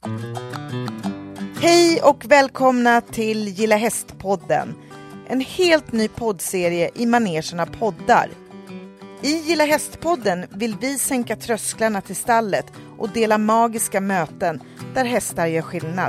Hej och välkomna till Gilla Hästpodden. En helt ny poddserie i manegerna poddar. I Gilla Hästpodden vill vi sänka trösklarna till stallet och dela magiska möten där hästar gör skillnad.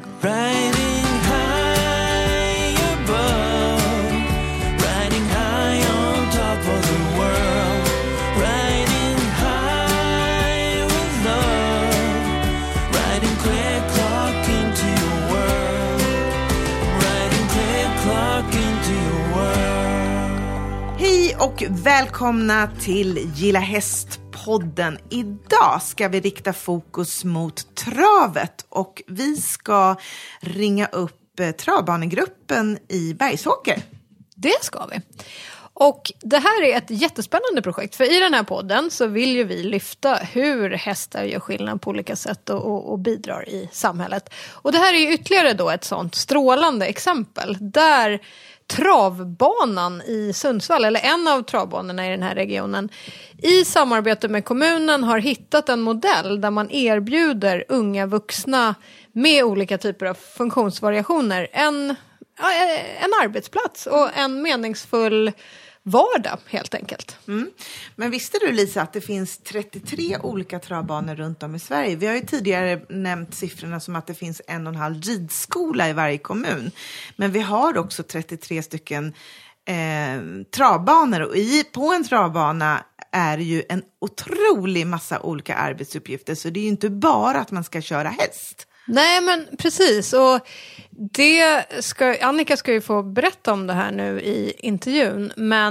Hej och välkomna till Gilla Hästpodden. Idag ska vi rikta fokus mot travet och vi ska ringa upp travbanegruppen i Bergsåker. Det ska vi. Och det här är ett jättespännande projekt, för i den här podden så vill ju vi lyfta hur hästar gör skillnad på olika sätt och bidrar i samhället. Och det här är ju ytterligare då ett sånt strålande exempel där travbanan i Sundsvall, eller en av travbanorna i den här regionen, i samarbete med kommunen har hittat en modell där man erbjuder unga vuxna med olika typer av funktionsvariationer en arbetsplats och en meningsfull vardag helt enkelt. Men visste du, Lisa, att det finns 33 olika travbanor runt om i Sverige? Vi har ju tidigare nämnt siffrorna som att det finns 1,5 ridskola i varje kommun. Men vi har också 33 stycken travbanor, och på en travbana är ju en otrolig massa olika arbetsuppgifter, så det är ju inte bara att man ska köra häst. Nej, men precis, och Annika ska ju få berätta om det här nu i intervjun,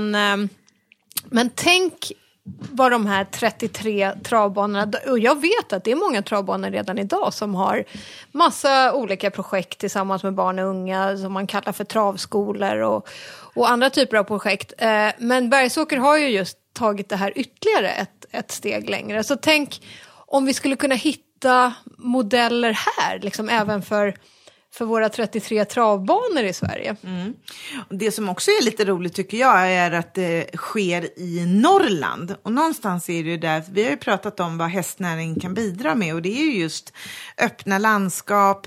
men tänk vad de här 33 travbanorna, och jag vet att det är många travbanor redan idag som har massa olika projekt tillsammans med barn och unga som man kallar för travskolor och andra typer av projekt, men Bergsåker har ju just tagit det här ytterligare ett steg längre, så tänk om vi skulle kunna hitta modeller här, liksom även för våra 33 travbanor i Sverige. Det som också är lite roligt tycker jag är att det sker i Norrland. Och någonstans är det ju där, vi har ju pratat om vad hästnäringen kan bidra med, och det är ju just öppna landskap,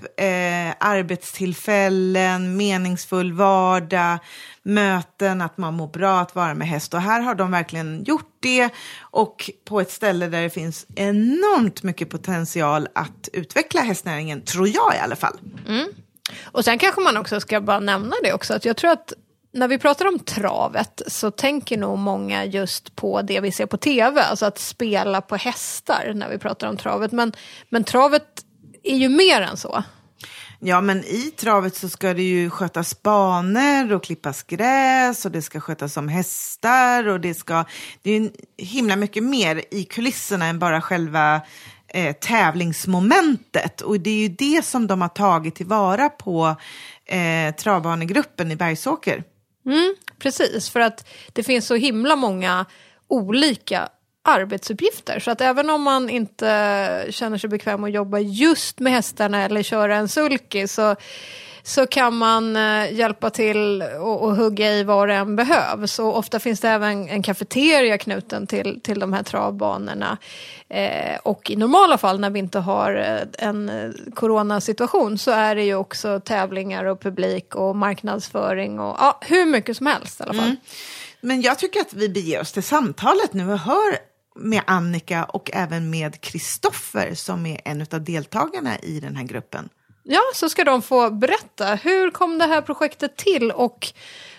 arbetstillfällen, meningsfull vardag, möten, att man mår bra att vara med häst. Och här har de verkligen gjort det, och på ett ställe där det finns enormt mycket potential att utveckla hästnäringen, tror jag i alla fall. Och sen kanske man också ska bara nämna det också, att jag tror att när vi pratar om travet så tänker nog många just på det vi ser på tv, alltså att spela på hästar när vi pratar om travet, men travet är ju mer än så. Ja, men i travet så ska det ju skötas banor och klippas gräs, och det ska skötas som hästar, och det är ju himla mycket mer i kulisserna än bara själva tävlingsmomentet, och det är ju det som de har tagit tillvara på travbanegruppen i Bergsåker. Precis, för att det finns så himla många olika arbetsuppgifter, så att även om man inte känner sig bekväm att jobba just med hästarna eller köra en sulky, så kan man hjälpa till och hugga i vad det än behövs. Och ofta finns det även en kafeteria knuten till de här travbanorna. Och i normala fall när vi inte har en coronasituation så är det ju också tävlingar och publik och marknadsföring och hur mycket som helst i alla fall. Men jag tycker att vi beger oss till samtalet nu och hör med Annika och även med Kristoffer som är en av deltagarna i den här gruppen. Ja, så ska de få berätta. Hur kom det här projektet till och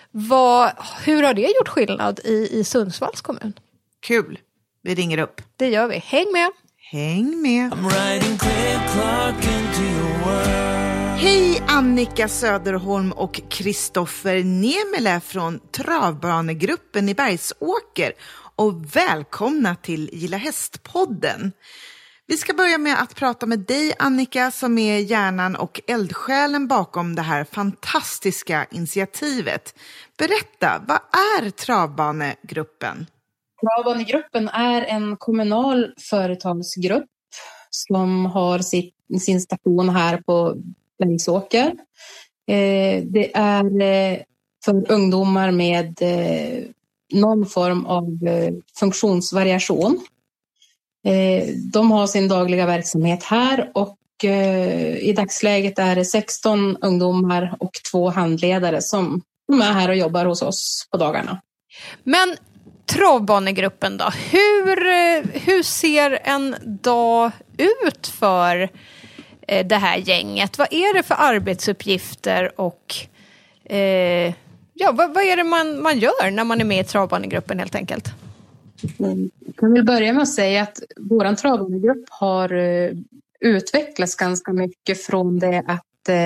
hur har det gjort skillnad i Sundsvalls kommun? Kul, vi ringer upp. Det gör vi. Häng med! Häng med! Hej Annika Söderholm och Kristoffer Nemele från travbanegruppen i Bergsåker, och välkomna till Gilla Hästpodden. Vi ska börja med att prata med dig, Annika, som är hjärnan och eldsjälen bakom det här fantastiska initiativet. Berätta, vad är travbanegruppen? Travbanegruppen är en kommunal företagsgrupp som har sin station här på Bergsåker. Det är för ungdomar med någon form av funktionsvariation. De har sin dagliga verksamhet här och i dagsläget är det 16 ungdomar och 2 handledare som är här och jobbar hos oss på dagarna. Men travbanegruppen då? Hur ser en dag ut för det här gänget? Vad är det för arbetsuppgifter och vad är det man gör när man är med i travbanegruppen helt enkelt? Jag kan väl börja med att säga att vår travbanegrupp har utvecklats ganska mycket från det att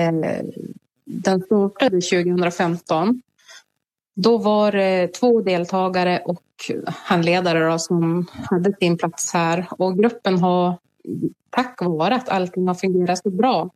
den startade 2015. Då var det 2 deltagare och handledare då, som hade sin plats här. Och gruppen har, tack vare att allting har fungerat så bra,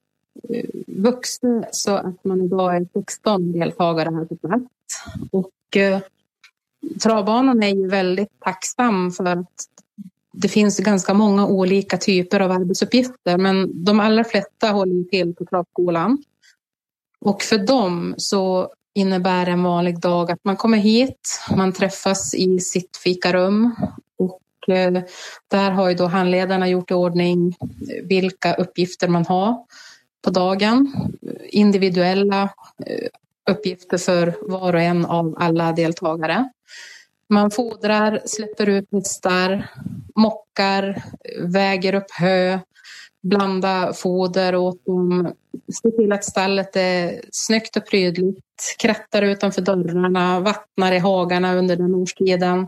vuxit så att man idag är 16 deltagare här på plats. Och travbanan är ju väldigt tacksam för att det finns ganska många olika typer av arbetsuppgifter, men de allra flesta håller till på travskolan. Och för dem så innebär en vanlig dag att man kommer hit, man träffas i sitt fikarum och där har ju då handledarna gjort i ordning vilka uppgifter man har på dagen. Individuella uppgifter för var och en av alla deltagare. Man fodrar, släpper ut hästar, mockar, väger upp hö, blanda foder åt dem, se till att stallet är snyggt och prydligt, krattar utanför dörrarna, vattnar i hagarna under den årstiden,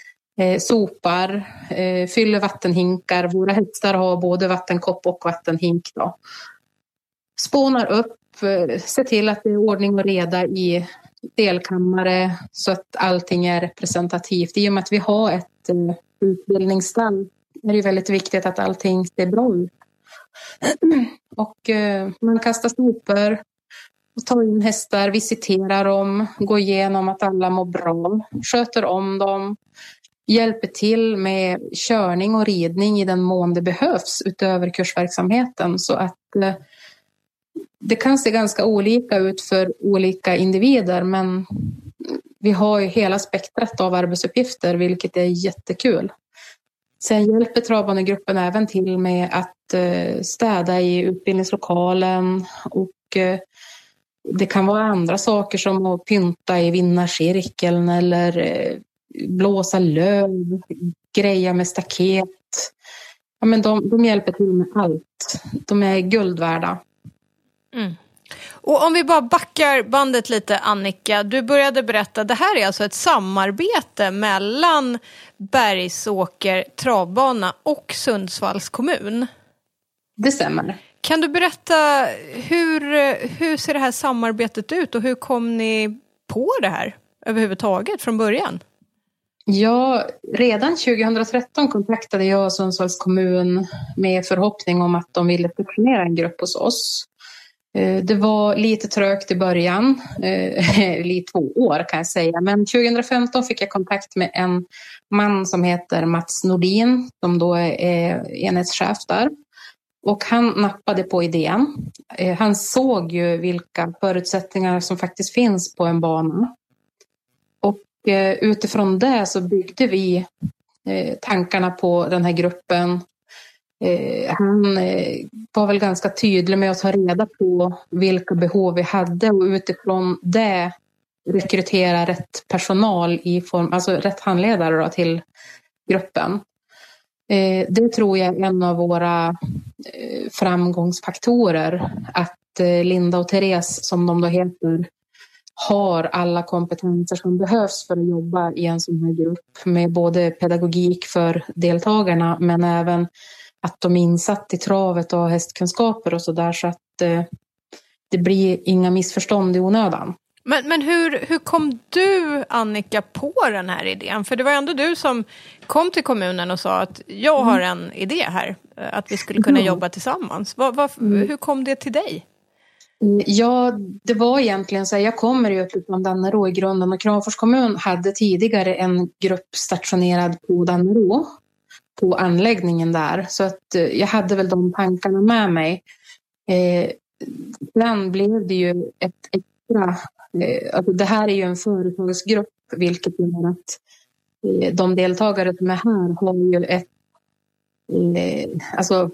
sopar, fyller vattenhinkar. Våra hästar har både vattenkopp och vattenhink då. Spånar upp, se till att det är ordning och reda i delkammare så att allting är representativt. I och med att vi har ett utbildningsstall är det väldigt viktigt att allting ser bra ut. Och man kastar sopor och tar in hästar, visiterar dem, går igenom att alla mår bra, sköter om dem, hjälper till med körning och ridning i den mån det behövs utöver kursverksamheten, så att det kan se ganska olika ut för olika individer, men vi har ju hela spektrat av arbetsuppgifter, vilket är jättekul. Sen hjälper travbanegruppen även till med att städa i utbildningslokalen och det kan vara andra saker som att pynta i vinnarcirkeln eller blåsa löv, greja med staket. Ja, men de hjälper till med allt. De är guld värda. Mm. Och om vi bara backar bandet lite, Annika, du började berätta, det här är alltså ett samarbete mellan Bergsåker travbana och Sundsvalls kommun. Det stämmer. Kan du berätta hur ser det här samarbetet ut och hur kom ni på det här överhuvudtaget från början? Ja, redan 2013 kontaktade jag Sundsvalls kommun med förhoppning om att de ville stationera en grupp hos oss. Det var lite trögt i början, i 2 år kan jag säga. Men 2015 fick jag kontakt med en man som heter Mats Nordin, som då är enhetschef där. Och han nappade på idén. Han såg ju vilka förutsättningar som faktiskt finns på en bana. Och utifrån det så byggde vi tankarna på den här gruppen. Han var väl ganska tydlig med att ta reda på vilka behov vi hade och utifrån det rekrytera rätt personal i form, alltså rätt handledare då, till gruppen. Det tror jag är en av våra framgångsfaktorer, att Linda och Therese, som de då heter, har alla kompetenser som behövs för att jobba i en sån här grupp med både pedagogik för deltagarna men även att de är insatt i travet och har hästkunskaper och sådär, så att det blir inga missförstånd i onödan. Men hur kom du, Annika, på den här idén? För det var ändå du som kom till kommunen och sa att jag har en idé här, att vi skulle kunna jobba tillsammans. Hur kom det till dig? Ja, det var egentligen så här, jag kommer ju från Dannero i grunden och Kramfors kommun hade tidigare en grupp stationerad på Dannero, på anläggningen där. Så att jag hade väl de tankarna med mig. Sen blev det ju ett extra, alltså det här är ju en företagsgrupp, vilket gör att de deltagare som är här har ju ett alltså,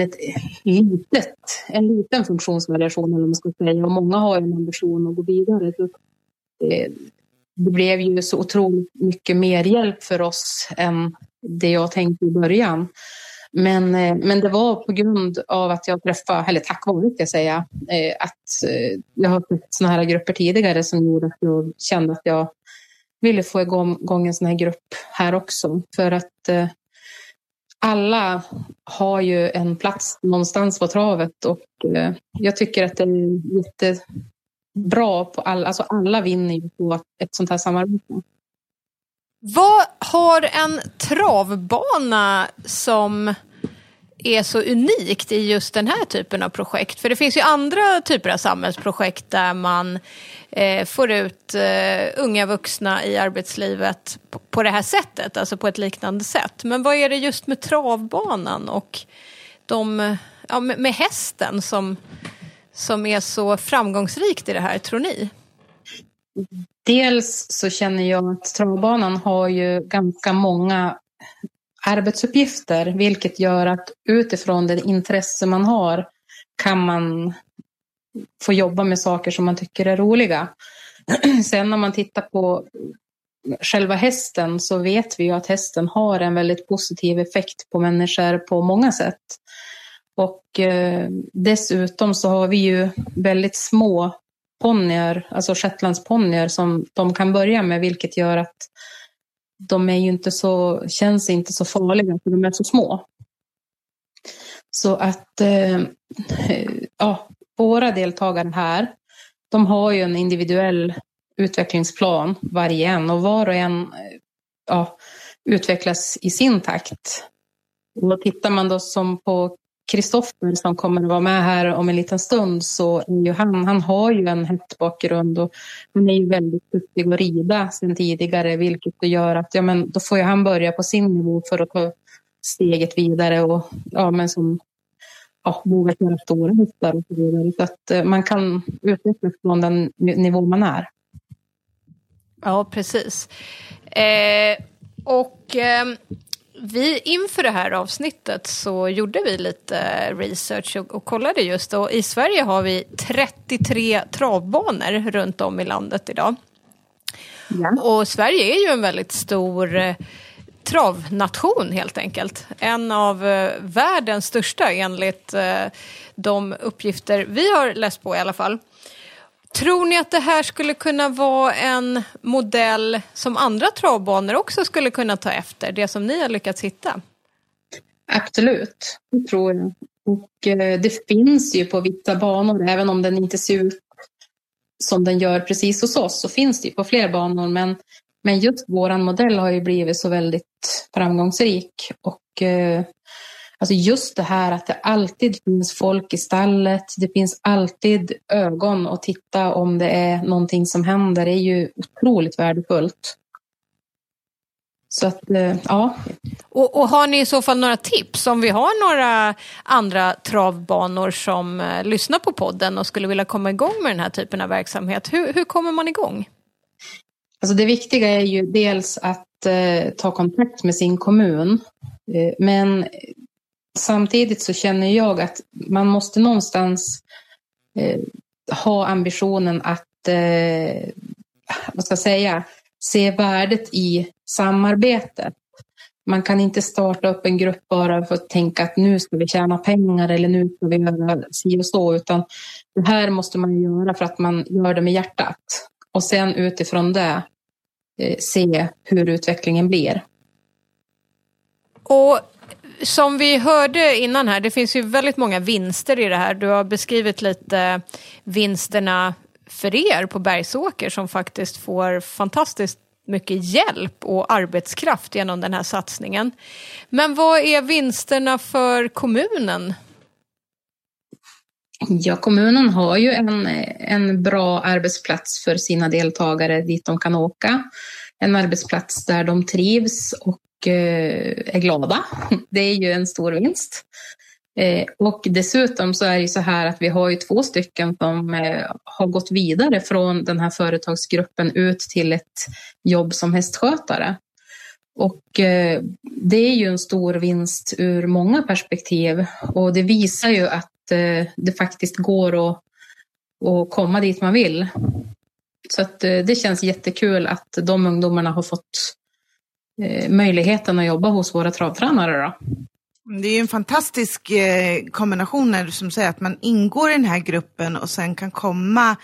en liten funktionsvariation, eller man ska säga, och många har en ambition att gå vidare. Så, det blev ju så otroligt mycket mer hjälp för oss än det jag tänkte i början. Men det var på grund av att jag träffade, eller tack vare ska jag säga, att jag har sett sådana här grupper tidigare som gjorde att jag kände att jag ville få igång en sån här grupp här också. För att alla har ju en plats någonstans på travet, och jag tycker att det är jättebra på alla, alltså alla vinner ju på ett sånt här samarbete. Vad har en travbana som är så unikt i just den här typen av projekt? För det finns ju andra typer av samhällsprojekt där man får ut unga vuxna i arbetslivet på det här sättet, alltså på ett liknande sätt. Men vad är det just med travbanan och med hästen som är så framgångsrikt i det här, tror ni? Dels så känner jag att travbanan har ju ganska många arbetsuppgifter, vilket gör att utifrån det intresse man har kan man få jobba med saker som man tycker är roliga. Sen när man tittar på själva hästen så vet vi ju att hästen har en väldigt positiv effekt på människor på många sätt. Och dessutom så har vi ju väldigt små ponnyer, alltså shetlandsponnyer som de kan börja med, vilket gör att de är ju inte så, känns inte så farliga för de är så små. Så att våra deltagare här, de har ju en individuell utvecklingsplan varje en, och var och en utvecklas i sin takt. Och då tittar man då som på Kristoffer som kommer att vara med här om en liten stund, så är ju han har ju en hästbakgrund och han är ju väldigt duktig att rida sedan tidigare, vilket gör att då får ju han börja på sin nivå för att ta steget vidare och våga köra stora hästar och så vidare, så att man kan utvecklas från den nivå man är. Ja, precis. Vi inför det här avsnittet så gjorde vi lite research och kollade just, och i Sverige har vi 33 travbanor runt om i landet idag. Ja. Och Sverige är ju en väldigt stor travnation helt enkelt. En av världens största enligt de uppgifter vi har läst på i alla fall. Tror ni att det här skulle kunna vara en modell som andra travbanor också skulle kunna ta efter, det som ni har lyckats hitta? Absolut, det tror jag. Och det finns ju på vissa banor, även om den inte ser ut som den gör precis hos oss, så finns det ju på fler banor. Men just våran modell har ju blivit så väldigt framgångsrik. Och alltså just det här att det alltid finns folk i stallet, det finns alltid ögon att titta om det är någonting som händer, är ju otroligt värdefullt. Så att, ja. Och har ni i så fall några tips om vi har några andra travbanor som lyssnar på podden och skulle vilja komma igång med den här typen av verksamhet? Hur kommer man igång? Alltså det viktiga är ju dels att ta kontakt med sin kommun, men samtidigt så känner jag att man måste någonstans ha ambitionen att se värdet i samarbetet. Man kan inte starta upp en grupp bara för att tänka att nu ska vi tjäna pengar eller nu ska vi göra si och så, utan det här måste man göra för att man gör det med hjärtat. Och sen utifrån det se hur utvecklingen blir. Och som vi hörde innan här, det finns ju väldigt många vinster i det här. Du har beskrivit lite vinsterna för er på Bergsåker som faktiskt får fantastiskt mycket hjälp och arbetskraft genom den här satsningen. Men vad är vinsterna för kommunen? Ja, kommunen har ju en bra arbetsplats för sina deltagare dit de kan åka. En arbetsplats där de trivs och är glada. Det är ju en stor vinst. Och dessutom så är det så här att vi har ju 2 stycken som har gått vidare från den här företagsgruppen ut till ett jobb som hästskötare. Och det är ju en stor vinst ur många perspektiv. Och det visar ju att det faktiskt går att komma dit man vill. Så att det känns jättekul att de ungdomarna har fått möjligheten att jobba hos våra travtränare då. Det är ju en fantastisk kombination när du som säger att man ingår i den här gruppen och sen kan komma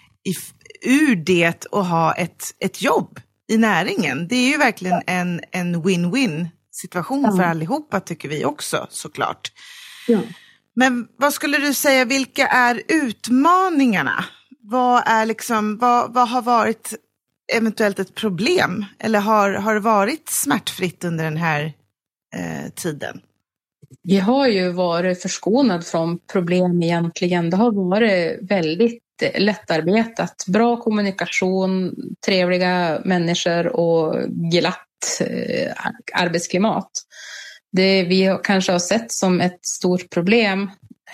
ur det och ha ett jobb i näringen. Det är ju verkligen en win-win situation för allihopa, tycker vi också, såklart. Ja. Men vad skulle du säga, vilka är utmaningarna? Vad har varit eventuellt ett problem? Eller har det varit smärtfritt under den här tiden? Vi har ju varit förskonad från problem egentligen. Det har varit väldigt lättarbetat. Bra kommunikation, trevliga människor och glatt arbetsklimat. Det vi kanske har sett som ett stort problem,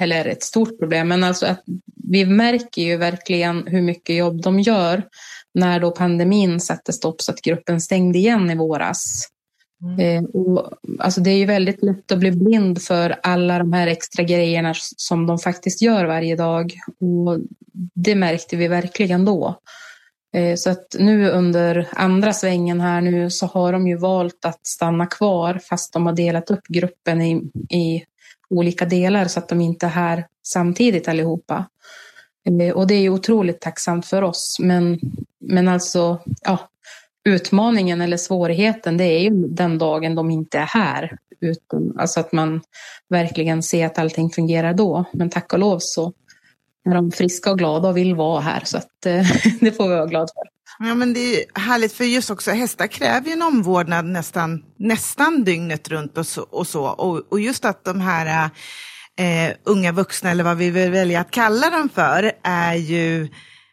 men alltså att vi märker ju verkligen hur mycket jobb de gör när då pandemin satte stopp så att gruppen stängde igen i våras. Och, alltså det är ju väldigt lätt att bli blind för alla de här extra grejerna som de faktiskt gör varje dag, och det märkte vi verkligen då. Så att nu under andra svängen här nu så har de ju valt att stanna kvar fast de har delat upp gruppen i olika delar så att de inte är här samtidigt allihopa. Och det är ju otroligt tacksamt för oss, men alltså utmaningen eller svårigheten, det är ju den dagen de inte är här. Alltså att man verkligen ser att allting fungerar då. Men tack och lov så är de friska och glada och vill vara här. Så att det får vi vara glada för. Ja, men det är härligt, för just också hästar kräver ju en omvårdnad nästan dygnet runt och så. Och just att de här unga vuxna, eller vad vi vill välja att kalla dem för, är ju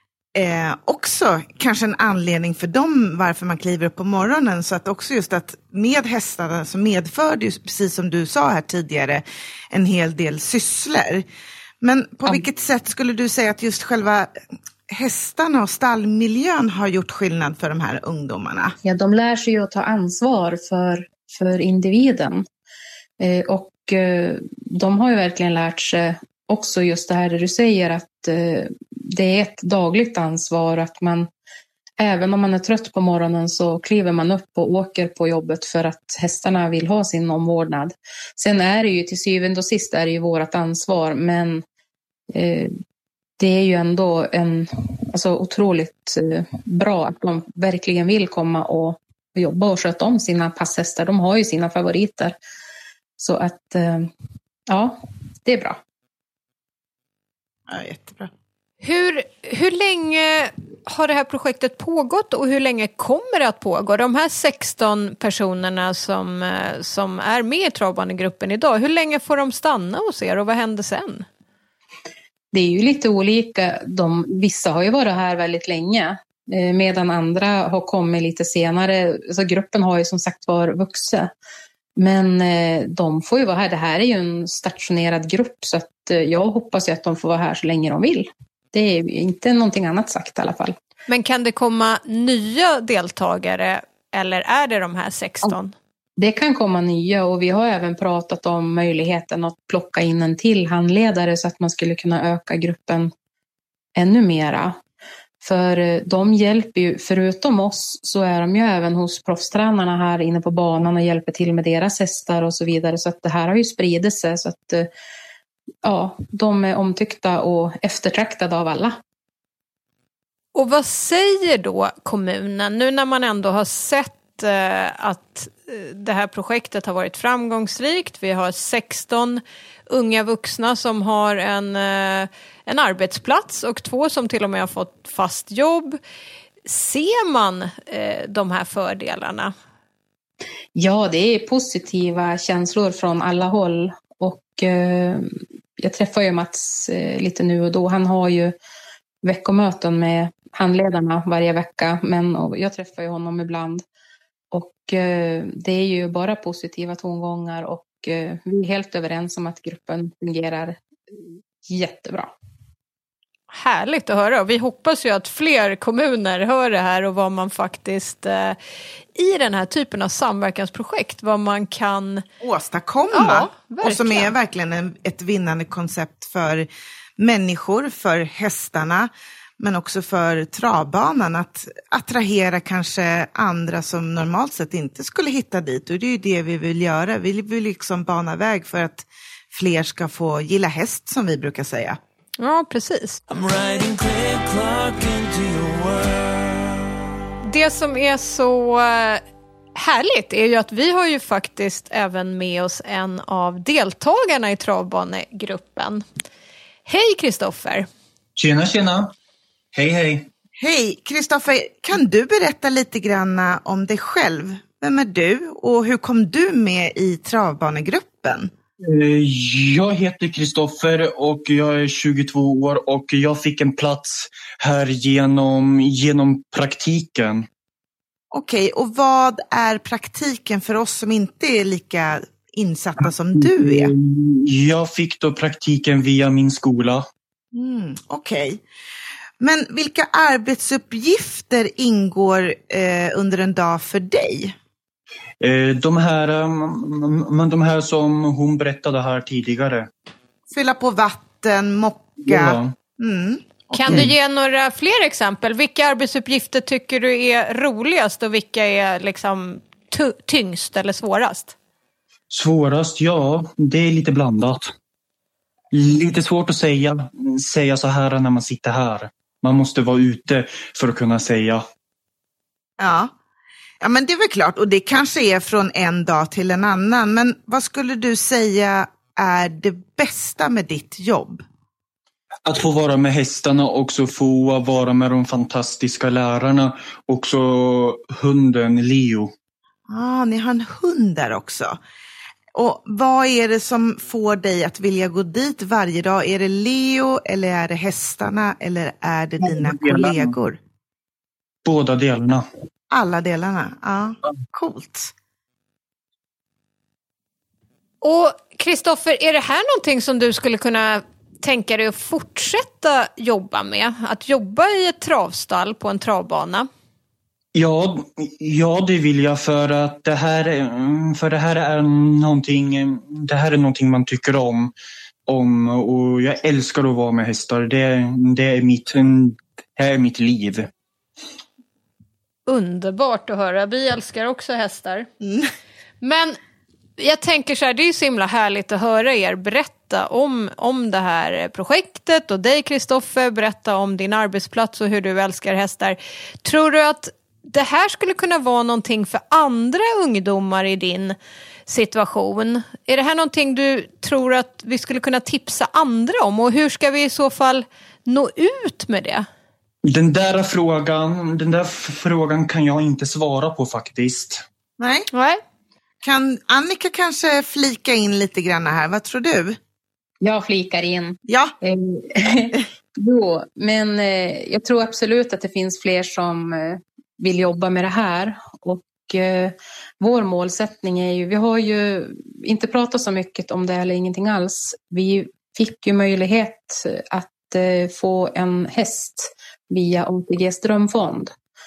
också kanske en anledning för dem varför man kliver upp på morgonen. Så att också just att med hästarna så medför det ju, precis som du sa här tidigare, en hel del sysslor. Men på vilket sätt skulle du säga att just själva hästarna och stallmiljön har gjort skillnad för de här ungdomarna? Ja, de lär sig ju att ta ansvar för individen. Och de har ju verkligen lärt sig också just det här du säger, att det är ett dagligt ansvar, att man även om man är trött på morgonen så kliver man upp och åker på jobbet för att hästarna vill ha sin omvårdnad. Sen är det ju till syvende och sist är det ju vårt ansvar, men det är ju ändå otroligt bra att de verkligen vill komma och jobba och sköta om sina passhästar. De har ju sina favoriter. Så att det är bra. Ja, jättebra. Hur länge har det här projektet pågått och hur länge kommer det att pågå? De här 16 personerna som är med i travbanegruppen idag, hur länge får de stanna hos er och vad händer sen? Det är ju lite olika. Vissa har ju varit här väldigt länge medan andra har kommit lite senare. Så gruppen har ju som sagt var vuxit. Men de får ju vara här. Det här är ju en stationerad grupp, så att jag hoppas ju att de får vara här så länge de vill. Det är inte någonting annat sagt i alla fall. Men kan det komma nya deltagare eller är det de här 16? Det kan komma nya, och vi har även pratat om möjligheten att plocka in en till handledare så att man skulle kunna öka gruppen ännu mera. För de hjälper ju, förutom oss så är de ju även hos proffstränarna här inne på banan och hjälper till med deras hästar och så vidare. Så att det här har ju spridit sig, så att de är omtyckta och eftertraktade av alla. Och vad säger då kommunen nu när man ändå har sett att det här projektet har varit framgångsrikt? Vi har 16 unga vuxna som har en arbetsplats och 2 som till och med har fått fast jobb. Ser man de här fördelarna? Ja, det är positiva känslor från alla håll. Och jag träffar ju Mats lite nu och då. Han har ju veckomöten med handledarna varje vecka, men jag träffar ju honom ibland. Och det är ju bara positiva tongångar, och vi är helt överens om att gruppen fungerar jättebra. Härligt att höra. Och vi hoppas ju att fler kommuner hör det här och vad man faktiskt i den här typen av samverkansprojekt, vad man kan åstadkomma. Och som är verkligen ett vinnande koncept för människor, för hästarna, men också för travbanan, att attrahera kanske andra som normalt sett inte skulle hitta dit. Och det är ju det vi vill göra. Vi vill liksom bana väg för att fler ska få gilla häst, som vi brukar säga. Ja, precis. Det som är så härligt är ju att vi har ju faktiskt även med oss en av deltagarna i travbanegruppen. Hej Kristoffer! Tjena! Hej! Hej Kristoffer, kan du berätta lite grann om dig själv? Vem är du och hur kom du med i travbanegruppen? Jag heter Kristoffer och jag är 22 år och jag fick en plats här genom praktiken. Okej, och vad är praktiken för oss som inte är lika insatta som du är? Jag fick då praktiken via min skola. Okej. Men vilka arbetsuppgifter ingår under en dag för dig? De här som hon berättade här tidigare. Fylla på vatten, mocka. Ja. Kan du ge några fler exempel? Vilka arbetsuppgifter tycker du är roligast och vilka är liksom tyngst eller svårast? Svårast, ja, det är lite blandat. Lite svårt att säga så här när man sitter här. Man måste vara ute för att kunna säga. Ja, men det är väl klart. Och det kanske är från en dag till en annan. Men vad skulle du säga är det bästa med ditt jobb? Att få vara med hästarna och också få vara med de fantastiska lärarna. Också hunden Leo. Ni har en hund där också. Och vad är det som får dig att vilja gå dit varje dag? Är det Leo eller är det hästarna eller är det dina kollegor? Båda delarna. Alla delarna, ja. Coolt. Och Kristoffer, är det här någonting som du skulle kunna tänka dig att fortsätta jobba med? Att jobba i ett travstall på en travbana? Ja, det vill jag för att det här är någonting man tycker om och jag älskar att vara med hästar. Det är mitt liv. Underbart att höra. Vi älskar också hästar. Men jag tänker så här, det är ju så himla härligt att höra er berätta om det här projektet och dig Kristoffer, berätta om din arbetsplats och hur du älskar hästar. Tror du att det här skulle kunna vara någonting för andra ungdomar i din situation? Är det här någonting du tror att vi skulle kunna tipsa andra om? Och hur ska vi i så fall nå ut med det? Den där frågan kan jag inte svara på faktiskt. Nej. Kan Annika kanske flika in lite grann här? Vad tror du? Jag flikar in. Ja. Jo, men jag tror absolut att det finns fler som vill jobba med det här. Och vår målsättning är ju, vi har ju inte pratat så mycket om det eller ingenting alls. Vi fick ju möjlighet att få en häst via ATG:s drömfond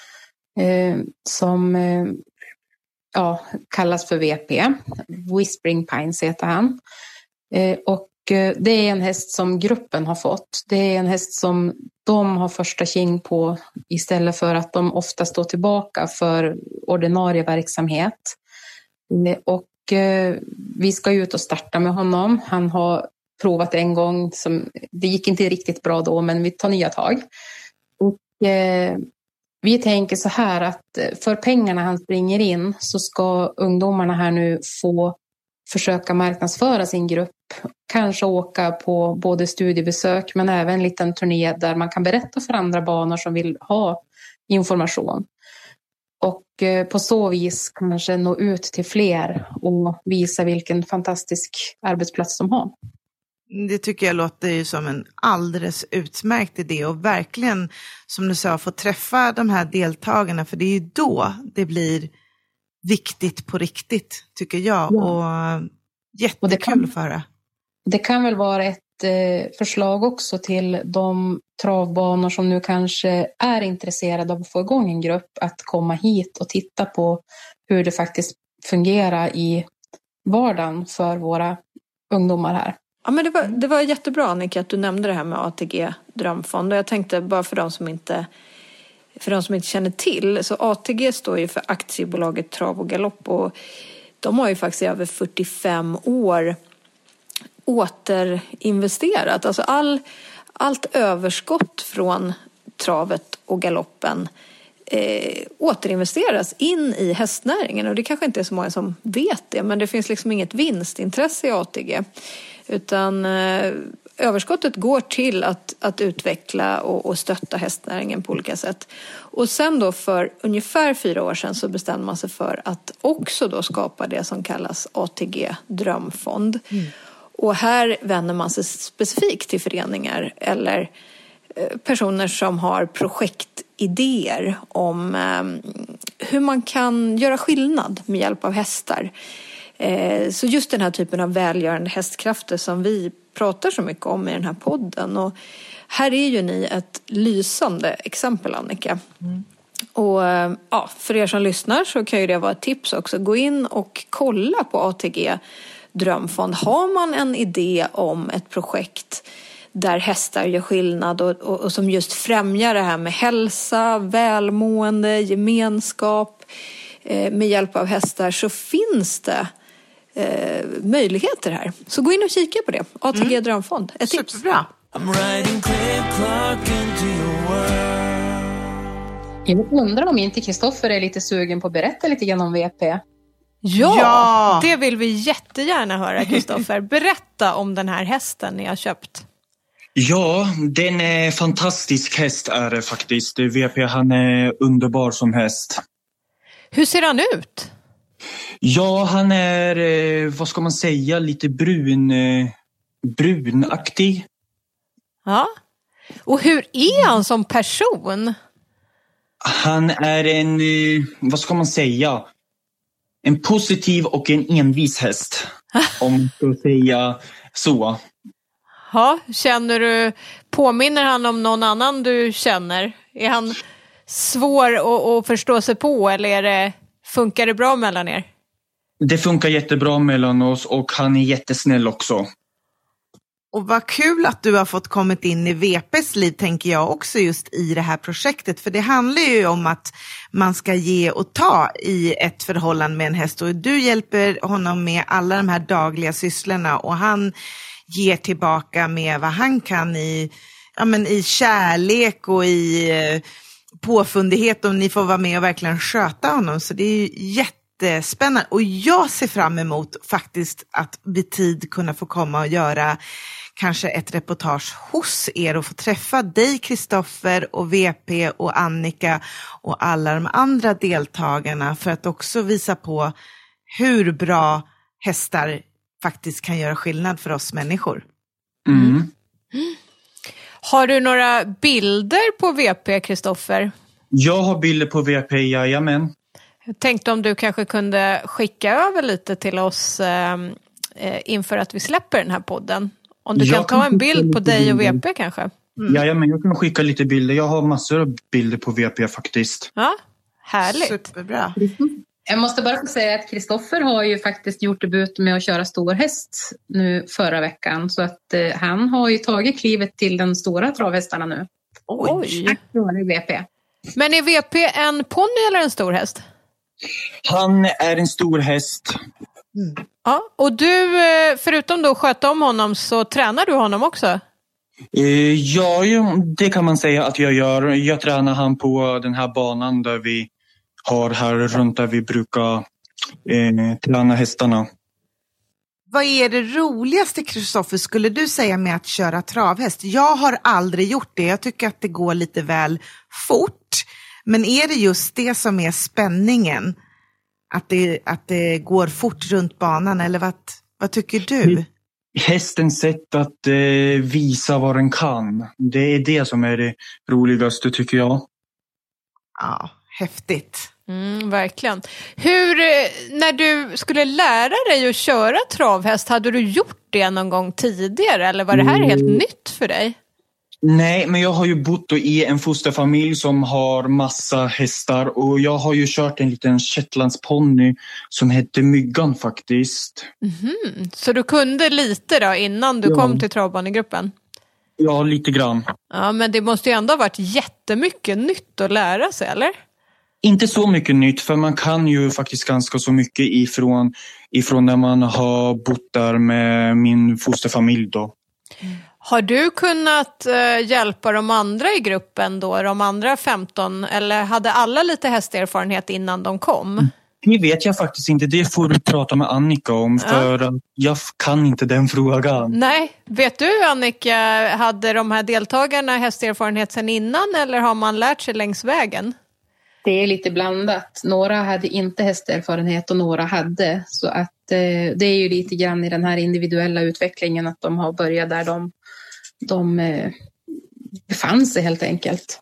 som kallas för VP. Whispering Pines heter han. Och det är en häst som gruppen har fått. Det är en häst som de har första king på istället för att de ofta står tillbaka för ordinarie verksamhet. Och vi ska ut och starta med honom. Han har provat en gång, det gick inte riktigt bra då, men vi tar nya tag. Och vi tänker så här att för pengarna han springer in så ska ungdomarna här nu få försöka marknadsföra sin grupp. Kanske åka på både studiebesök men även en liten turné där man kan berätta för andra banor som vill ha information. Och på så vis kanske nå ut till fler och visa vilken fantastisk arbetsplats de har. Det tycker jag låter ju som en alldeles utmärkt idé och verkligen, som du sa, få träffa de här deltagarna, för det är ju då det blir viktigt på riktigt, tycker jag. Ja. Och jättekul att höra. Det kan väl vara ett förslag också till de travbanor som nu kanske är intresserade av att få igång en grupp att komma hit och titta på hur det faktiskt fungerar i vardagen för våra ungdomar här. Ja, men det var jättebra, Annika, att du nämnde det här med ATG Drömfond. Och jag tänkte bara för de som inte känner till, så ATG står ju för Aktiebolaget Trav och Galopp, och de har ju faktiskt i över 45 år återinvesterat. Alltså allt överskott från travet och galoppen återinvesteras in i hästnäringen, och det kanske inte är så många som vet det, men det finns liksom inget vinstintresse i ATG, utan överskottet går till att utveckla och stötta hästnäringen på olika sätt. Och sen då för ungefär 4 år sedan så bestämde man sig för att också då skapa det som kallas ATG Drömfond. Och här vänder man sig specifikt till föreningar eller personer som har projektidéer om hur man kan göra skillnad med hjälp av hästar. Så just den här typen av välgörande hästkrafter som vi pratar så mycket om i den här podden. Och här är ju ni ett lysande exempel, Annika. Och ja, för er som lyssnar så kan ju det vara ett tips också. Gå in och kolla på ATG Drömfond. Har man en idé om ett projekt där hästar gör skillnad och som just främjar det här med hälsa, välmående, gemenskap med hjälp av hästar, så finns det möjligheter här. Så gå in och kika på det. ATG Drömfond. Ett tips. Superbra. Jag undrar om inte Kristoffer är lite sugen på att berätta lite grann om VP. Ja, det vill vi jättegärna höra, Kristoffer. Berätta om den här hästen ni har köpt. Ja, den är fantastisk häst är det faktiskt. VP, han är underbar som häst. Hur ser han ut? Ja, han är, vad ska man säga, lite brunaktig. Ja. Och hur är han som person? Han är en, vad ska man säga, en positiv och en envis häst. Om man ska säga så. Ja, påminner han om någon annan du känner? Är han svår att förstå sig på, eller funkar det bra mellan er? Det funkar jättebra mellan oss, och han är jättesnäll också. Och vad kul att du har fått kommit in i VPs liv, tänker jag också, just i det här projektet. För det handlar ju om att man ska ge och ta i ett förhållande med en häst. Och du hjälper honom med alla de här dagliga sysslorna, och han ger tillbaka med vad han kan i kärlek och i påfundighet, om ni får vara med och verkligen sköta honom. Så det är ju jättespännande, och jag ser fram emot faktiskt att vid tid kunna få komma och göra kanske ett reportage hos er och få träffa dig, Kristoffer, och VP och Annika och alla de andra deltagarna, för att också visa på hur bra hästar faktiskt kan göra skillnad för oss människor. Har du några bilder på VP, Kristoffer? Jag har bilder på VP, jajamän. Jag tänkte om du kanske kunde skicka över lite till oss inför att vi släpper den här podden. Om du kan ta en bild på dig och VP kanske. Jajamän, jag kan skicka lite bilder. Jag har massor av bilder på VP faktiskt. Ja, härligt. Superbra. Jag måste bara få säga att Kristoffer har ju faktiskt gjort debut med att köra stor häst nu förra veckan. Så att han har ju tagit klivet till den stora travhästarna nu. Oj. VP. Men är VP en ponny eller en stor häst? Han är en stor häst. Ja, och du, förutom då att sköta om honom, så tränar du honom också? Ja, det kan man säga att jag gör. Jag tränar han på den här banan där vi har här runt där vi brukar träna hästarna. Vad är det roligaste, Kristoffer, skulle du säga, med att köra travhäst? Jag har aldrig gjort det. Jag tycker att det går lite väl fort. Men är det just det som är spänningen? Att det går fort runt banan, eller vad tycker du? Hästens sätt att visa vad den kan. Det är det som är det roligaste, tycker jag. Ja, häftigt. Verkligen. När du skulle lära dig att köra travhäst, hade du gjort det någon gång tidigare eller var det här helt nytt för dig? Nej, men jag har ju bott i en fosterfamilj som har massa hästar och jag har ju kört en liten shetlandsponny som hette Myggan faktiskt. Så du kunde lite då innan du kom till travbanegruppen? Ja, lite grann. Ja, men det måste ju ändå ha varit jättemycket nytt att lära sig, eller? Inte så mycket nytt, för man kan ju faktiskt ganska så mycket ifrån när man har bott där med min fosterfamilj då. Har du kunnat hjälpa de andra i gruppen då, de andra 15, eller hade alla lite hästerfarenhet innan de kom? Det vet jag faktiskt inte, det får du prata med Annika om, för jag kan inte den frågan. Nej, vet du Annika, hade de här deltagarna hästerfarenhet sedan innan eller har man lärt sig längs vägen? Det är lite blandat. Några hade inte hästerfarenhet och några hade. Så att det är ju lite grann i den här individuella utvecklingen att de har börjat där de befann sig helt enkelt.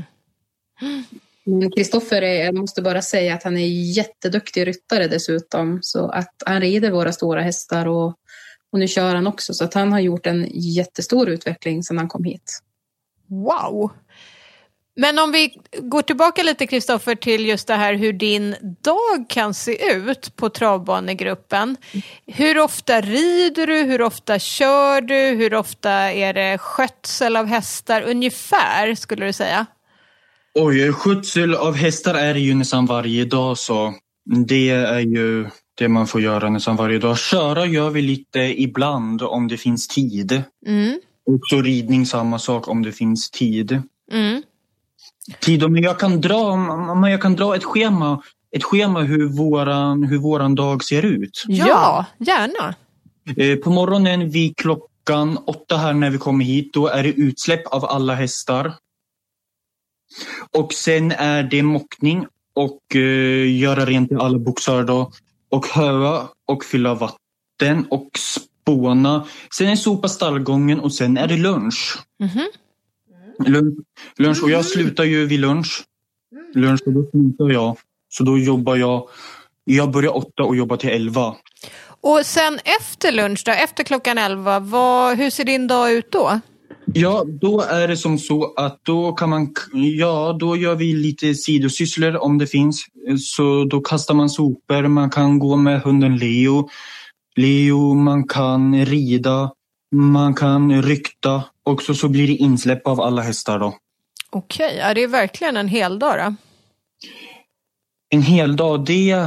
Men Kristoffer, jag måste bara säga att han är jätteduktig ryttare dessutom. Så att han rider våra stora hästar och nu kör han också. Så att han har gjort en jättestor utveckling sedan han kom hit. Wow! Men om vi går tillbaka lite Kristoffer till just det här hur din dag kan se ut på travbanegruppen. Hur ofta rider du? Hur ofta kör du? Hur ofta är det skötsel av hästar? Ungefär skulle du säga. Oj, skötsel av hästar är det ju nästan varje dag så det är ju det man får göra nästan varje dag. Köra gör vi lite ibland om det finns tid. Och så ridning samma sak om det finns tid. Men jag kan dra ett schema hur våran dag ser ut. Ja, gärna. På morgonen vid klockan 8 här när vi kommer hit, då är det utsläpp av alla hästar. Och sen är det mockning och göra rent i alla boxar då. Och höa och fylla vatten och spåna. Sen är sopa stallgången och sen är det lunch. Lunch och jag slutar ju vid lunch och då slutar jag. Så då jobbar jag börjar 8 och jobbar till 11. Och sen efter lunch då, efter klockan 11, hur ser din dag ut då? Ja, då är det som så att då gör vi lite sidosysslor om det finns. Så då kastar man sopor, man kan gå med hunden Leo, man kan rida, man kan rykta och så blir det insläpp av alla hästar då. Okej, ja, det är verkligen en hel dag då? En hel dag,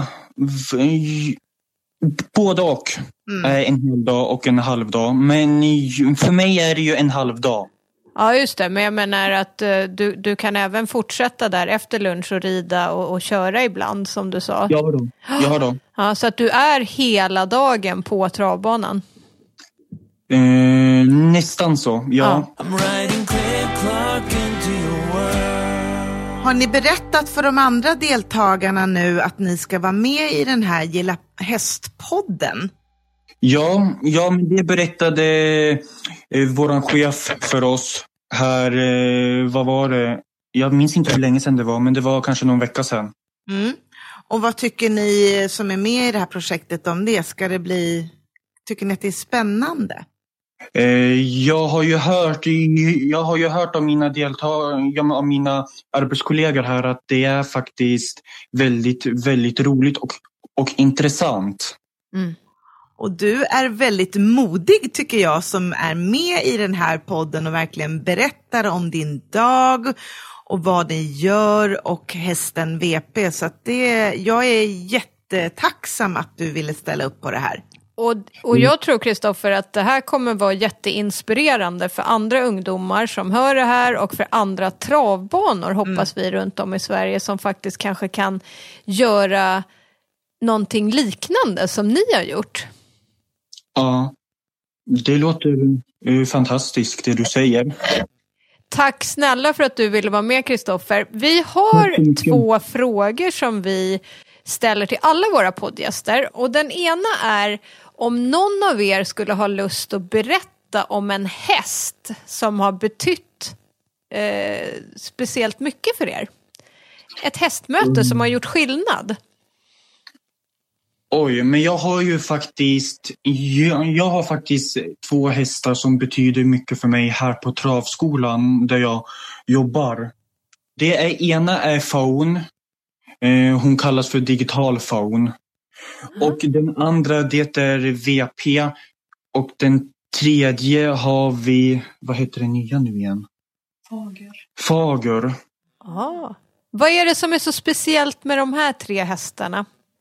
både och är en hel dag och en halv dag. Men för mig är det ju en halv dag. Ja just det, men jag menar att du kan även fortsätta där efter lunch och rida och köra ibland som du sa. Ja då. Ja, så att du är hela dagen på travbanan? Nästan så, ja. Har ni berättat för de andra deltagarna nu att ni ska vara med i den här Gilla hästpodden? Ja, men det berättade våran chef för oss här, vad var det? Jag minns inte hur länge sedan det var, men det var kanske någon vecka sedan. Och vad tycker ni som är med i det här projektet om det? Tycker ni att det är spännande? Jag har ju hört av mina deltagare, av mina arbetskollegor här att det är faktiskt väldigt, väldigt roligt och intressant. Och du är väldigt modig tycker jag som är med i den här podden och verkligen berättar om din dag och vad ni gör och hästen VP. Så att jag är jättetacksam att du ville ställa upp på det här. Och jag tror Kristoffer att det här kommer vara jätteinspirerande för andra ungdomar som hör det här och för andra travbanor hoppas vi runt om i Sverige som faktiskt kanske kan göra någonting liknande som ni har gjort. Ja, det låter fantastiskt det du säger. Tack snälla för att du ville vara med Kristoffer. Vi har 2 frågor som vi ställer till alla våra poddgäster och den ena är om någon av er skulle ha lust att berätta om en häst som har betytt speciellt mycket för er. ett hästmöte som har gjort skillnad? Oj, men jag har faktiskt 2 hästar som betyder mycket för mig här på travskolan där jag jobbar. Ena är Faun. Hon kallas för digital Faun. Och den andra det är VP. Och den tredje har vi, vad heter det nya nu igen? Fager. Vad är det som är så speciellt med de här 3 hästarna?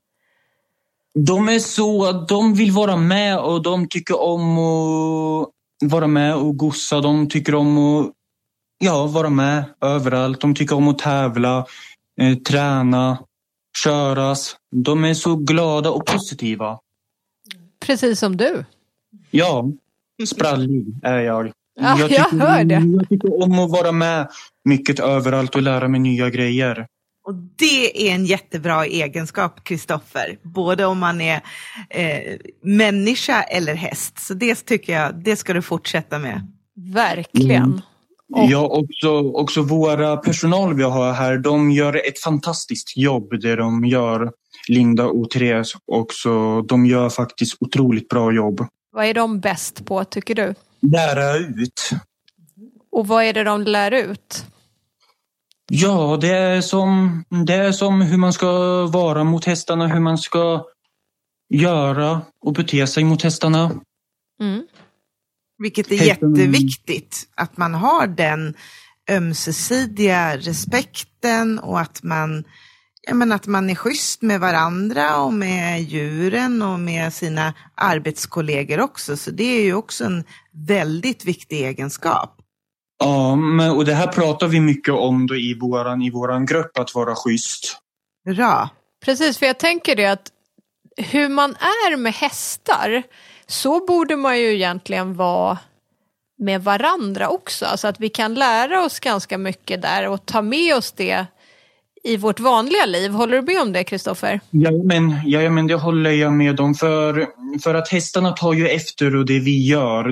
De vill vara med och de tycker om att vara med och gossa. De tycker om att vara med överallt. De tycker om att tävla, träna, köras. De är så glada och positiva. Precis som du. Ja, sprallig är jag. Ja, jag hör det. Jag tycker om att vara med mycket överallt och lära mig nya grejer. Och det är en jättebra egenskap, Kristoffer. Både om man är människa eller häst. Så det tycker jag, det ska du fortsätta med. Verkligen. Ja, också våra personal vi har här, de gör ett fantastiskt jobb det de gör. Linda och Therese också, de gör faktiskt otroligt bra jobb. Vad är de bäst på, tycker du? Lära ut. Och vad är det de lär ut? Ja, det är som hur man ska vara mot hästarna, hur man ska göra och bete sig mot hästarna. Vilket är jätteviktigt, att man har den ömsesidiga respekten och att man är schysst med varandra och med djuren och med sina arbetskollegor också. Så det är ju också en väldigt viktig egenskap. Ja, och det här pratar vi mycket om då i våran grupp, att vara schysst. Bra. Precis, för jag tänker det att hur man är med hästar, så borde man ju egentligen vara med varandra också. Alltså att vi kan lära oss ganska mycket där och ta med oss det i vårt vanliga liv. Håller du med om det, Kristoffer? Ja, men det håller jag med om. För att hästarna tar ju efter och det vi gör.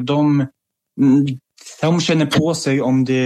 De känner på sig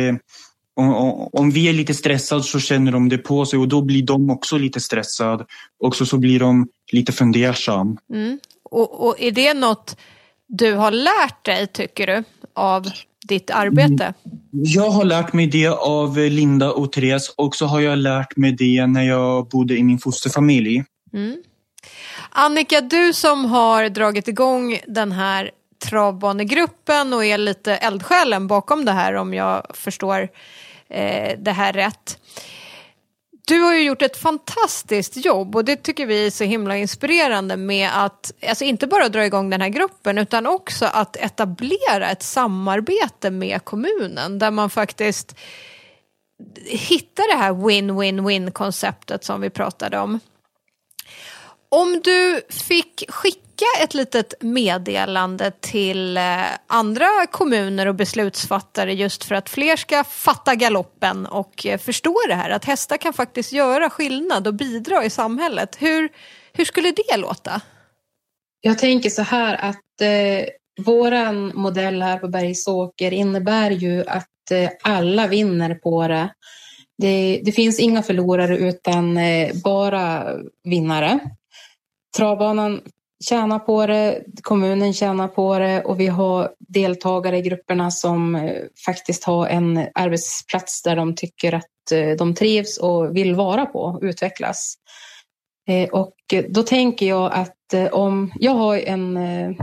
om vi är lite stressade, så känner de det på sig och då blir de också lite stressade. Och så blir de lite fundersam. Och är det något du har lärt dig, tycker du, av ditt arbete? Jag har lärt mig det av Linda och Therese, och så har jag lärt mig det när jag bodde i min fosterfamilj. Annika, du som har dragit igång den här travbanegruppen och är lite eldsjälen bakom det här, om jag förstår det här rätt. Du har ju gjort ett fantastiskt jobb och det tycker vi är så himla inspirerande med att, alltså inte bara dra igång den här gruppen utan också att etablera ett samarbete med kommunen där man faktiskt hittar det här win-win-win-konceptet som vi pratade om. Om du fick skicka ett litet meddelande till andra kommuner och beslutsfattare just för att fler ska fatta galoppen och förstå det här, att hästar kan faktiskt göra skillnad och bidra i samhället. Hur skulle det låta? Jag tänker så här att våran modell här på Bergsåker innebär ju att alla vinner på det. Det finns inga förlorare utan bara vinnare. Travbanan tjänar på det, kommunen tjänar på det och vi har deltagare i grupperna som faktiskt har en arbetsplats där de tycker att de trivs och vill vara på och utvecklas. Och då tänker jag att om jag har en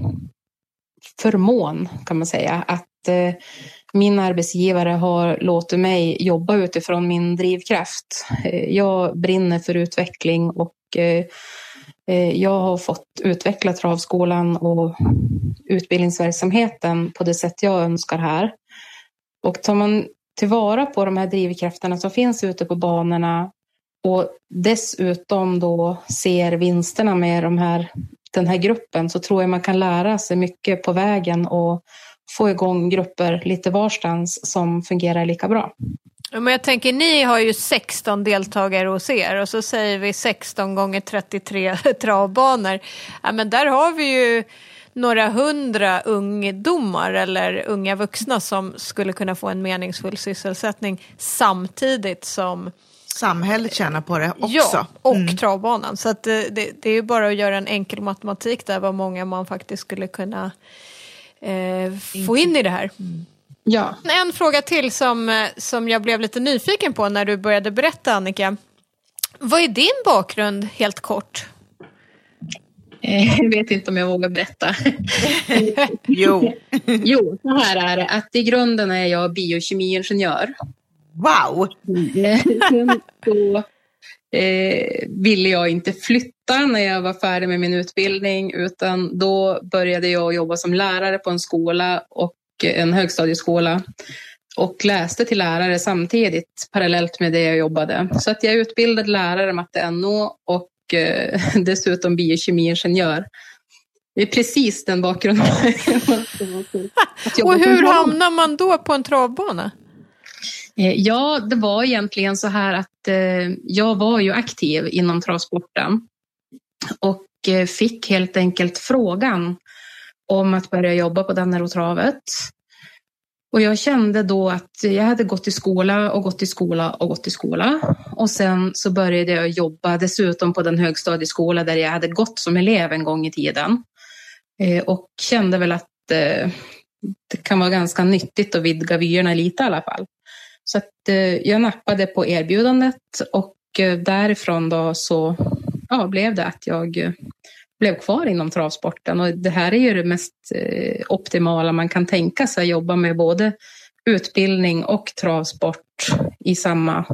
förmån kan man säga att min arbetsgivare har låtit mig jobba utifrån min drivkraft. Jag brinner för utveckling och jag har fått utveckla travskolan och utbildningsverksamheten på det sätt jag önskar här. Och tar man tillvara på de här drivkrafterna som finns ute på banorna och dessutom då ser vinsterna med den här gruppen, så tror jag man kan lära sig mycket på vägen och få igång grupper lite varstans som fungerar lika bra. Men jag tänker, ni har ju 16 deltagare hos er och så säger vi 16 gånger 33 travbanor. Ja, men där har vi ju några 100 ungdomar eller unga vuxna som skulle kunna få en meningsfull sysselsättning samtidigt som samhället tjänar på det också. Ja, och travbanan. Så att det är ju bara att göra en enkel matematik där vad många man faktiskt skulle kunna få in i det här. Ja. En fråga till som jag blev lite nyfiken på när du började berätta, Annika. Vad är din bakgrund helt kort? Jag vet inte om jag vågar berätta. Jo, så här är det. Att i grunden är jag biokemiingenjör. wow! Så ville jag inte flytta när jag var färdig med min utbildning, utan då började jag jobba som lärare på en skola och en högstadieskola och läste till lärare samtidigt parallellt med det jag jobbade. Så att jag är utbildad lärare matte NO och dessutom biokemiingenjör. Det är precis den bakgrunden. Och hur hamnar man då på en travbana? Ja, det var egentligen så här att jag var ju aktiv inom travsporten och fick helt enkelt frågan om att börja jobba på Dannerotravet. Och jag kände då att jag hade gått i skola och sen så började jag jobba dessutom på den högstadieskola där jag hade gått som elev en gång i tiden. Och kände väl att det kan vara ganska nyttigt att vidga vyerna lite i alla fall. Så att jag nappade på erbjudandet och därifrån då så blev det att jag blev kvar inom travsporten. Och det här är ju det mest optimala man kan tänka sig, jobba med både utbildning och travsport i samma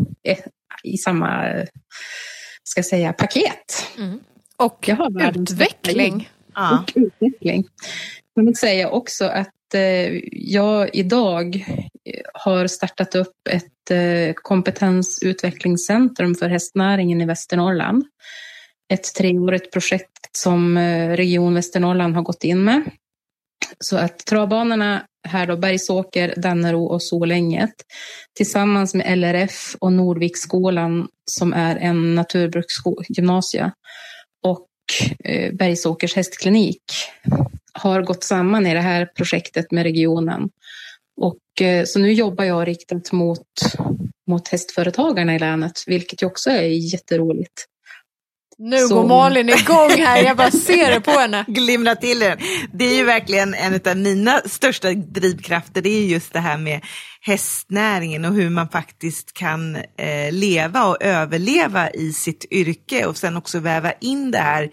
ska jag säga, paket. Och utveckling. Ja. Och utveckling. Jag vill säga också att jag idag har startat upp ett kompetensutvecklingscentrum för hästnäringen i Västernorrland. Ett 3-årigt projekt som Region Västernorrland har gått in med. Så att travbanorna här då, Bergsåker, Dannero och Solänget tillsammans med LRF och Nordviksskolan som är en naturbruksgymnasie och Bergsåkers hästklinik har gått samman i det här projektet med regionen. Och så nu jobbar jag riktat mot hästföretagarna i länet, vilket ju också är jätteroligt. Nu går Malin igång här, jag bara ser det på henne. Glimra till den. Det är ju verkligen en av mina största drivkrafter, det är just det här med hästnäringen och hur man faktiskt kan leva och överleva i sitt yrke och sen också väva in det här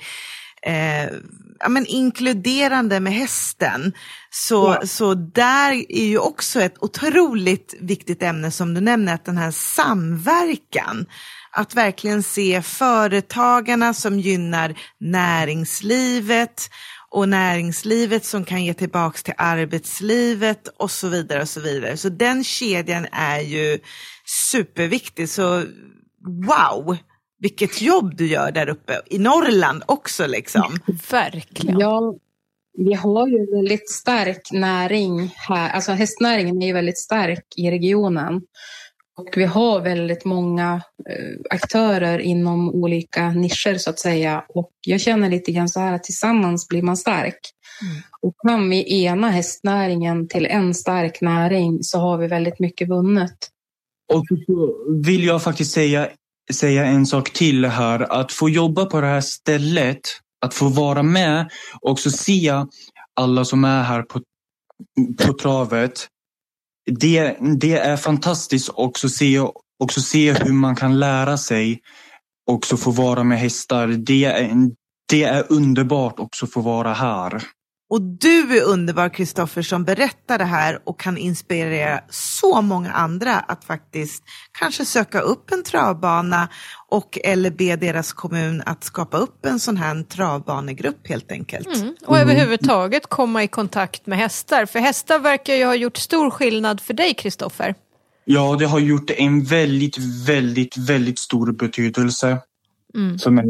inkluderande med hästen. Så där är ju också ett otroligt viktigt ämne som du nämner, att den här samverkan, att verkligen se företagarna som gynnar näringslivet och näringslivet som kan ge tillbaka till arbetslivet och så vidare och så vidare. Så den kedjan är ju superviktig. Så wow, vilket jobb du gör där uppe i Norrland också liksom. Verkligen. Ja, vi har ju väldigt stark näring här. Alltså hästnäringen är ju väldigt stark i regionen. Och vi har väldigt många aktörer inom olika nischer så att säga. Och jag känner lite grann så här att tillsammans blir man stark. Och kan vi ena hästnäringen till en stark näring så har vi väldigt mycket vunnet. Och så vill jag faktiskt säga en sak till här. Att få jobba på det här stället, att få vara med och också se alla som är här på travet. Det är fantastiskt också se hur man kan lära sig och så få vara med hästar. Det är underbart också att få vara här. Och du är underbar, Kristoffer, som berättar det här och kan inspirera så många andra att faktiskt kanske söka upp en travbana eller be deras kommun att skapa upp en sån här travbanegrupp helt enkelt. Och överhuvudtaget komma i kontakt med hästar. För hästar verkar ju ha gjort stor skillnad för dig, Kristoffer. Ja, det har gjort en väldigt, väldigt, väldigt stor betydelse för mig.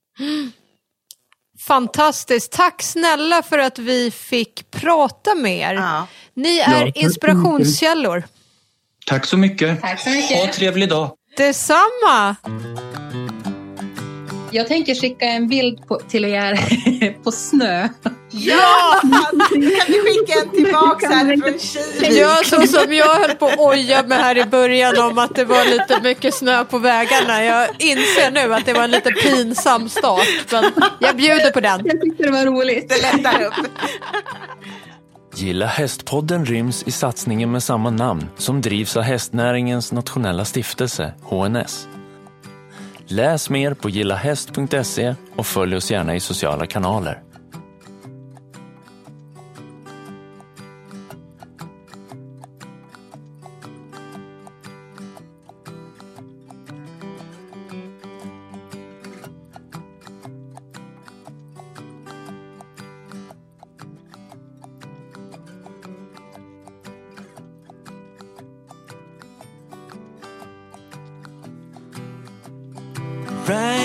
Fantastiskt. Tack snälla för att vi fick prata med er. Ja. Ni är inspirationskällor. Tack så mycket. Tack så mycket. Ha en trevlig dag. Detsamma. Jag tänker skicka en bild till er på snö. Ja! Då kan vi skicka en tillbaka här från Kivik. Ja, så som jag höll på att oja med här i början om att det var lite mycket snö på vägarna. Jag inser nu att det var en lite pinsam start. Men jag bjuder på den. Jag tyckte det var roligt. Det lättar upp. Gilla hästpodden ryms i satsningen med samma namn som drivs av hästnäringens nationella stiftelse, HNS. Läs mer på gillahäst.se och följ oss gärna i sociala kanaler. Right.